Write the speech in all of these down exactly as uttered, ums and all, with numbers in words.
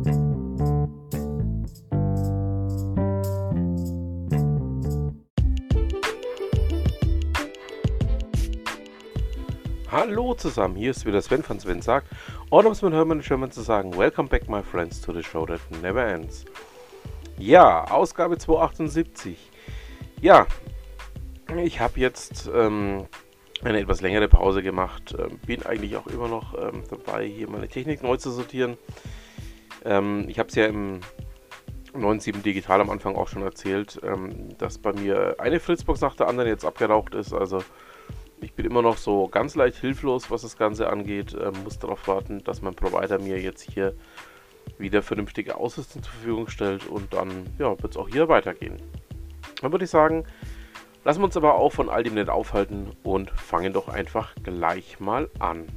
Hallo zusammen, hier ist wieder Sven von Sven sagt, oder um es mit Hermann Sherman zu sagen, welcome back my friends to the show that never ends. Ja, Ausgabe zweihundertachtundsiebzig. Ja, ich habe jetzt ähm, eine etwas längere Pause gemacht, ähm, bin eigentlich auch immer noch ähm, dabei, hier meine Technik neu zu sortieren. Ähm, ich habe es ja im neun sieben Digital am Anfang auch schon erzählt, ähm, dass bei mir eine Fritzbox nach der anderen jetzt abgeraucht ist, also ich bin immer noch so ganz leicht hilflos, was das Ganze angeht, ähm, muss darauf warten, dass mein Provider mir jetzt hier wieder vernünftige Ausrüstung zur Verfügung stellt und dann ja, wird es auch hier weitergehen. Dann würde ich sagen, lassen wir uns aber auch von all dem nicht aufhalten und fangen doch einfach gleich mal an.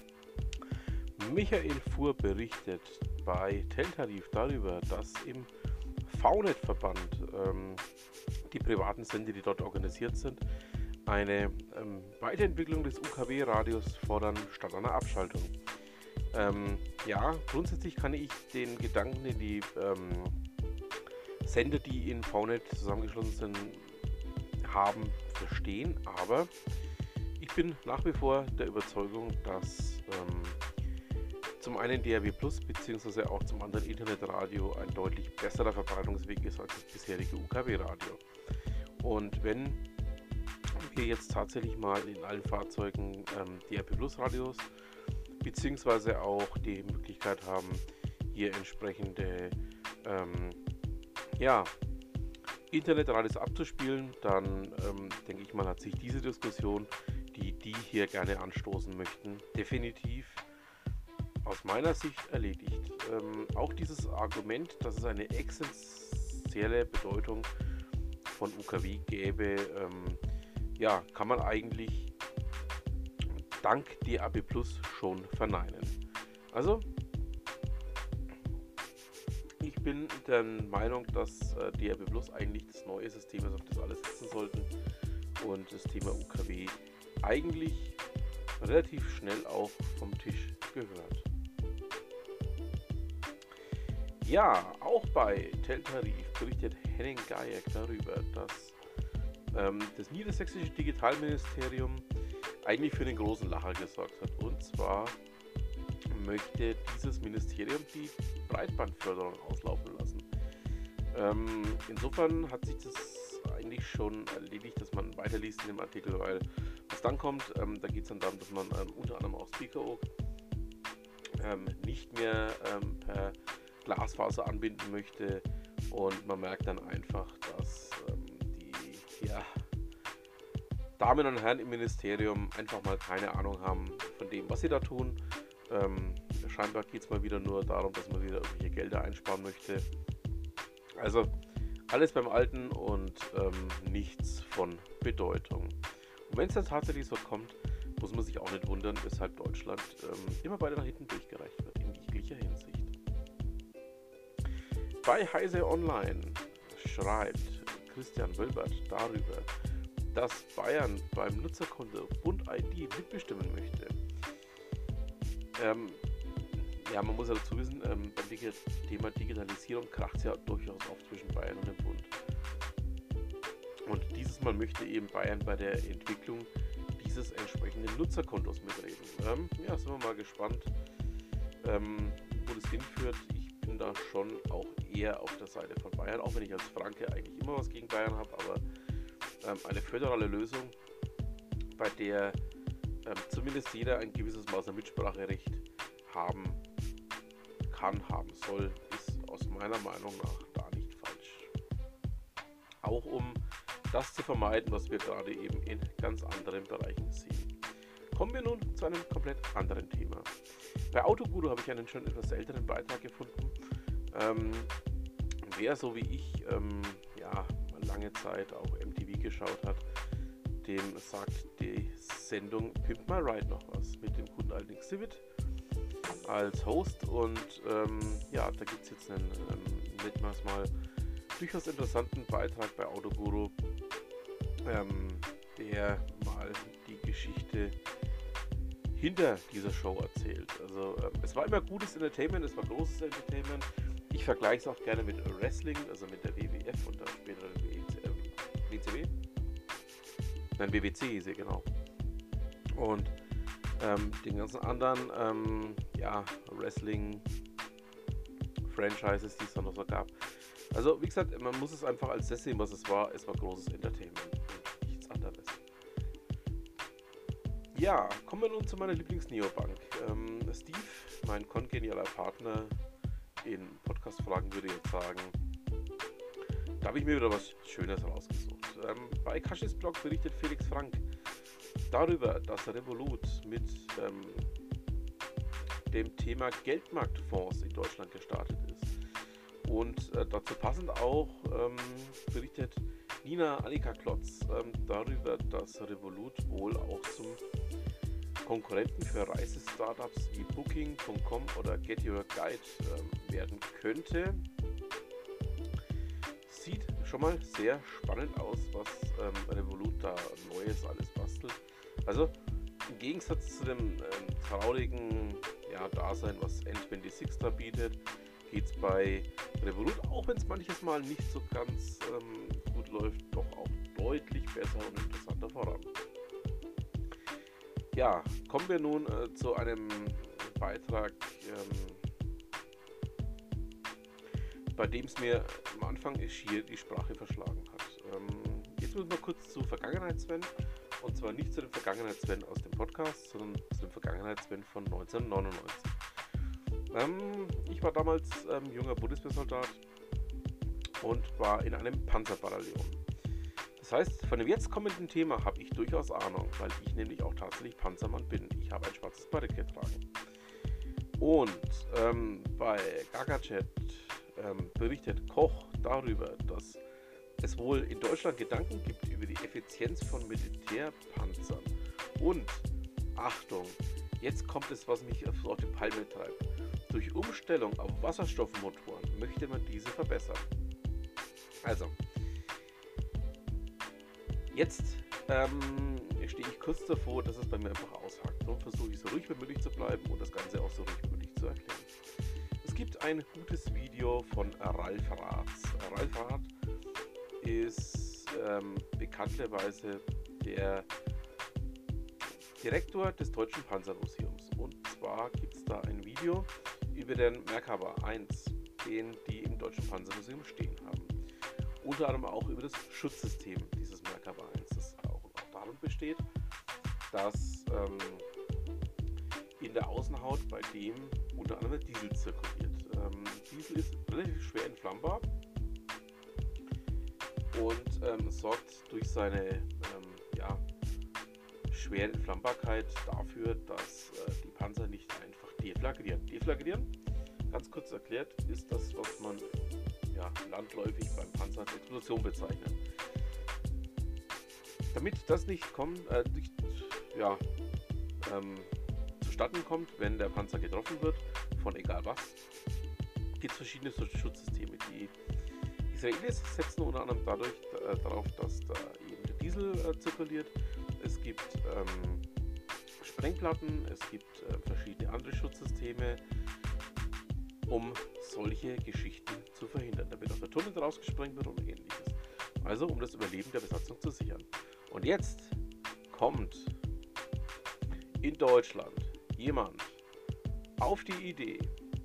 Michael Fuhr berichtet bei Teltarif darüber, dass im V Net-Verband ähm, die privaten Sender, die dort organisiert sind, eine ähm, Weiterentwicklung des U K W-Radios fordern statt einer Abschaltung. Ähm, ja, grundsätzlich kann ich den Gedanken, den die ähm, Sender, die in V Net zusammengeschlossen sind, haben, verstehen, aber ich bin nach wie vor der Überzeugung, dass ähm, zum einen D A B Plus bzw. auch zum anderen Internetradio ein deutlich besserer Verbreitungsweg ist als das bisherige U K W-Radio. Und wenn wir jetzt tatsächlich mal in allen Fahrzeugen ähm, D A B Plus Radios beziehungsweise auch die Möglichkeit haben, hier entsprechende ähm, ja, Internetradios abzuspielen, dann ähm, denke ich mal, hat sich diese Diskussion, die die hier gerne anstoßen möchten, definitiv aus meiner Sicht erledigt. Ähm, auch dieses Argument, dass es eine essentielle Bedeutung von U K W gäbe, ähm, ja, kann man eigentlich dank D A B Plus schon verneinen. Also, ich bin der Meinung, dass äh, D A B Plus eigentlich das neue System ist, auf das alle setzen sollten und das Thema U K W eigentlich relativ schnell auch vom Tisch gehört. Ja, auch bei Teltarif berichtet Henning Gajek darüber, dass ähm, das niedersächsische Digitalministerium eigentlich für einen großen Lacher gesorgt hat. Und zwar möchte dieses Ministerium die Breitbandförderung auslaufen lassen. Ähm, insofern hat sich das eigentlich schon erledigt, dass man weiterliest in dem Artikel, weil was dann kommt, ähm, da geht es dann darum, dass man ähm, unter anderem auch Speaker ähm, nicht mehr ähm, per Glasfaser anbinden möchte und man merkt dann einfach, dass ähm, die ja, Damen und Herren im Ministerium einfach mal keine Ahnung haben von dem, was sie da tun. Ähm, scheinbar geht es mal wieder nur darum, dass man wieder irgendwelche Gelder einsparen möchte. Also alles beim Alten und ähm, nichts von Bedeutung. Und wenn es dann tatsächlich so kommt, muss man sich auch nicht wundern, weshalb Deutschland ähm, immer weiter nach hinten durchgereicht wird, in jeglicher Hinsicht. Bei Heise Online schreibt Christian Wölbert darüber, dass Bayern beim Nutzerkonto Bund I D mitbestimmen möchte. Ähm, ja, man muss ja dazu wissen, ähm, beim Digi- Thema Digitalisierung kracht es ja durchaus auf zwischen Bayern und dem Bund. Und dieses Mal möchte eben Bayern bei der Entwicklung dieses entsprechenden Nutzerkontos mitreden. Ähm, ja, sind wir mal gespannt, ähm, wo das hinführt. Ich bin da schon auch eher auf der Seite von Bayern, auch wenn ich als Franke eigentlich immer was gegen Bayern habe, aber ähm, eine föderale Lösung, bei der ähm, zumindest jeder ein gewisses Maß an Mitspracherecht haben kann, haben soll, ist aus meiner Meinung nach da nicht falsch. Auch um das zu vermeiden, was wir gerade eben in ganz anderen Bereichen sehen. Kommen wir nun zu einem komplett anderen Thema. Bei Autoguru habe ich einen schon etwas älteren Beitrag gefunden. Ähm, wer so wie ich ähm, ja, lange Zeit auch M T V geschaut hat, dem sagt die Sendung Pimp My Ride noch was mit dem guten alten Xzibit als Host und ähm, ja, da gibt es jetzt einen ähm, nicht mal durchaus interessanten Beitrag bei Autoguru, ähm, der mal die Geschichte hinter dieser Show erzählt. Also ähm, es war immer gutes Entertainment, es war großes Entertainment, Ich vergleiche es auch gerne mit Wrestling, also mit der W W F und der späteren W C W. Nein, W W C hieß sie, genau. Und ähm, den ganzen anderen ähm, ja, Wrestling-Franchises, die es dann noch so gab. Also, wie gesagt, man muss es einfach als das sehen, was es war. Es war großes Entertainment und nichts anderes. Ja, kommen wir nun zu meiner Lieblings-Neobank. Ähm, Steve, mein kongenialer Partner in Podcast-Fragen, würde jetzt sagen, da habe ich mir wieder was Schönes rausgesucht. Ähm, bei Kashis Blog berichtet Felix Frank darüber, dass Revolut mit ähm, dem Thema Geldmarktfonds in Deutschland gestartet ist. Und äh, dazu passend auch ähm, berichtet Nina Annika Klotz ähm, darüber, dass Revolut wohl auch zum Konkurrenten für Reise-Startups wie Booking Punkt com oder Get Your Guide ähm, werden könnte. Sieht schon mal sehr spannend aus, was ähm, Revolut da Neues alles bastelt. Also im Gegensatz zu dem ähm, traurigen ja, Dasein, was N sechsundzwanzig da bietet, geht es bei Revolut, auch wenn es manches Mal nicht so ganz ähm, gut läuft, doch auch deutlich besser und interessanter voran. Ja, kommen wir nun äh, zu einem Beitrag, ähm, bei dem es mir am Anfang schier die Sprache verschlagen hat. Ähm, jetzt müssen wir kurz zu Vergangenheits-Sven, und zwar nicht zu dem Vergangenheits-Sven aus dem Podcast, sondern zu dem Vergangenheits-Sven von neunzehnhundertneunundneunzig. Ähm, ich war damals ähm, junger Bundeswehrsoldat und war in einem Panzerbataillon. Das heißt, von dem jetzt kommenden Thema habe ich durchaus Ahnung, weil ich nämlich auch tatsächlich Panzermann bin. Ich habe ein schwarzes Barett getragen. Und ähm, bei GagaChat ähm, berichtet Koch darüber, dass es wohl in Deutschland Gedanken gibt über die Effizienz von Militärpanzern. Und, Achtung, jetzt kommt es, was mich auf die Palme treibt. Durch Umstellung auf Wasserstoffmotoren möchte man diese verbessern. Also, jetzt ähm, stehe ich kurz davor, dass es bei mir einfach aushakt. Darum versuche ich so ruhig wie möglich zu bleiben und das Ganze auch so ruhig wie möglich zu erklären. Es gibt ein gutes Video von Ralf Raths. Ralf Rath ist ähm, bekanntlerweise der Direktor des Deutschen Panzermuseums. Und zwar gibt es da ein Video über den Merkava eins, den die im Deutschen Panzermuseum stehen haben. Unter anderem auch über das Schutzsystem dieses Merkava eins, das auch, auch darin besteht, dass ähm, in der Außenhaut bei dem unter anderem Diesel zirkuliert. Ähm, Diesel ist relativ schwer entflammbar und ähm, sorgt durch seine ähm, ja, schwere Entflammbarkeit dafür, dass äh, die Panzer nicht einfach deflagrieren. Deflagrieren, ganz kurz erklärt, ist das, was man ja, landläufig beim Panzer als Explosion bezeichnet. Damit das nicht kommt, äh, nicht, ja, ähm, zustatten kommt, wenn der Panzer getroffen wird, von egal was, gibt es verschiedene Schutzsysteme. Die Israelis setzen unter anderem dadurch äh, darauf, dass da eben der Diesel äh, zirkuliert. Es gibt ähm, Sprengplatten, es gibt äh, verschiedene andere Schutzsysteme, um solche Geschichten zu verhindern, damit auch der Tunnel rausgesprengt wird und ähnliches. Also um das Überleben der Besatzung zu sichern. Und jetzt kommt in Deutschland jemand auf die Idee,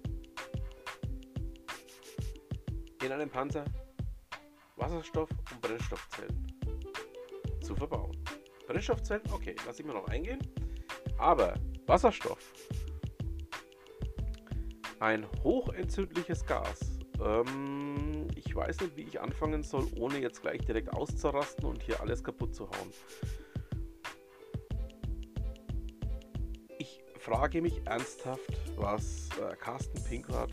in einem Panzer Wasserstoff- und Brennstoffzellen zu verbauen. Brennstoffzellen, okay, lasse ich mir noch eingehen. Aber Wasserstoff, ein hochentzündliches Gas. Ähm, ich weiß nicht, wie ich anfangen soll, ohne jetzt gleich direkt auszurasten und hier alles kaputt zu hauen. Ich frage mich ernsthaft, was äh, Carsten Pinkwart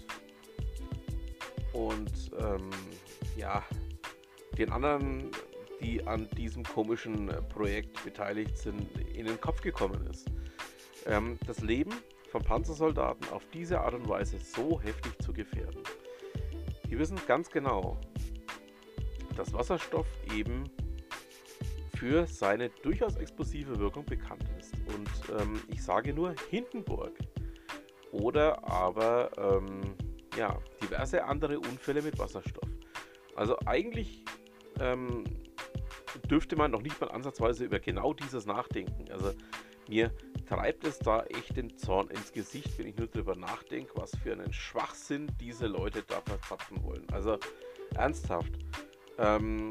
und ähm, ja, den anderen, die an diesem komischen äh, Projekt beteiligt sind, in den Kopf gekommen ist. Ähm, das Leben von Panzersoldaten auf diese Art und Weise so heftig zu gefährden. Wir wissen ganz genau, dass Wasserstoff eben für seine durchaus explosive Wirkung bekannt ist. Und ähm, ich sage nur Hindenburg oder aber ähm, ja, diverse andere Unfälle mit Wasserstoff. Also eigentlich ähm, dürfte man noch nicht mal ansatzweise über genau dieses nachdenken. Also mir treibt es da echt den Zorn ins Gesicht, wenn ich nur darüber nachdenke, was für einen Schwachsinn diese Leute da verzapfen wollen. Also ernsthaft. Ähm,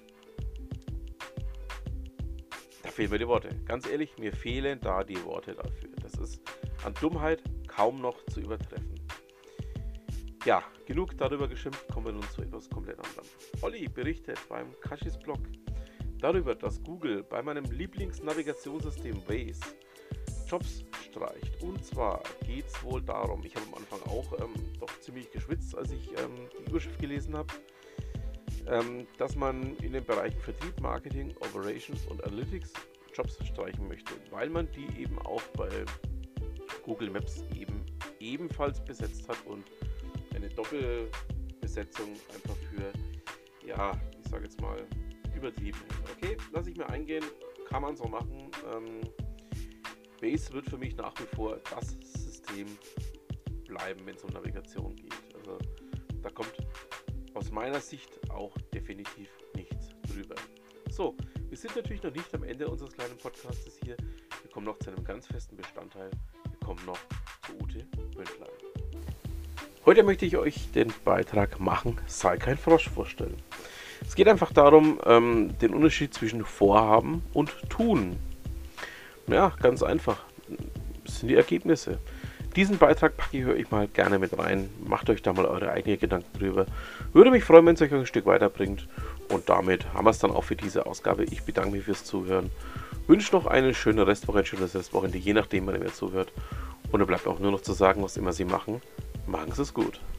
da fehlen mir die Worte. Ganz ehrlich, mir fehlen da die Worte dafür. Das ist an Dummheit kaum noch zu übertreffen. Ja, genug darüber geschimpft, kommen wir nun zu etwas komplett anderem. Olli berichtet beim Kashis Blog darüber, dass Google bei meinem Lieblingsnavigationssystem Waze Jobs streicht. Und zwar geht es wohl darum, ich habe am Anfang auch ähm, doch ziemlich geschwitzt, als ich ähm, die Überschrift gelesen habe, ähm, dass man in den Bereichen Vertrieb, Marketing, Operations und Analytics Jobs streichen möchte, weil man die eben auch bei Google Maps eben ebenfalls besetzt hat und eine Doppelbesetzung einfach für, ja, ich sage jetzt mal, übertrieben. Okay, lasse ich mir eingehen, kann man so machen. Ähm, Waze wird für mich nach wie vor das System bleiben, wenn es um Navigation geht. Also da kommt aus meiner Sicht auch definitiv nichts drüber. So, wir sind natürlich noch nicht am Ende unseres kleinen Podcastes hier. Wir kommen noch zu einem ganz festen Bestandteil. Wir kommen noch zu Ute Mündlein. Heute möchte ich euch den Beitrag Machen sei kein Frosch vorstellen. Es geht einfach darum, ähm, den Unterschied zwischen Vorhaben und Tun. Ja, ganz einfach. Das sind die Ergebnisse. Diesen Beitrag packe ich euch mal gerne mit rein. Macht euch da mal eure eigenen Gedanken drüber. Würde mich freuen, wenn es euch ein Stück weiterbringt. Und damit haben wir es dann auch für diese Ausgabe. Ich bedanke mich fürs Zuhören. Wünsche noch eine schöne Restwoche, ein schönes Restwochenende, je nachdem, wann ihr mir zuhört. Und dann bleibt auch nur noch zu sagen, was immer Sie machen. Machen Sie es gut.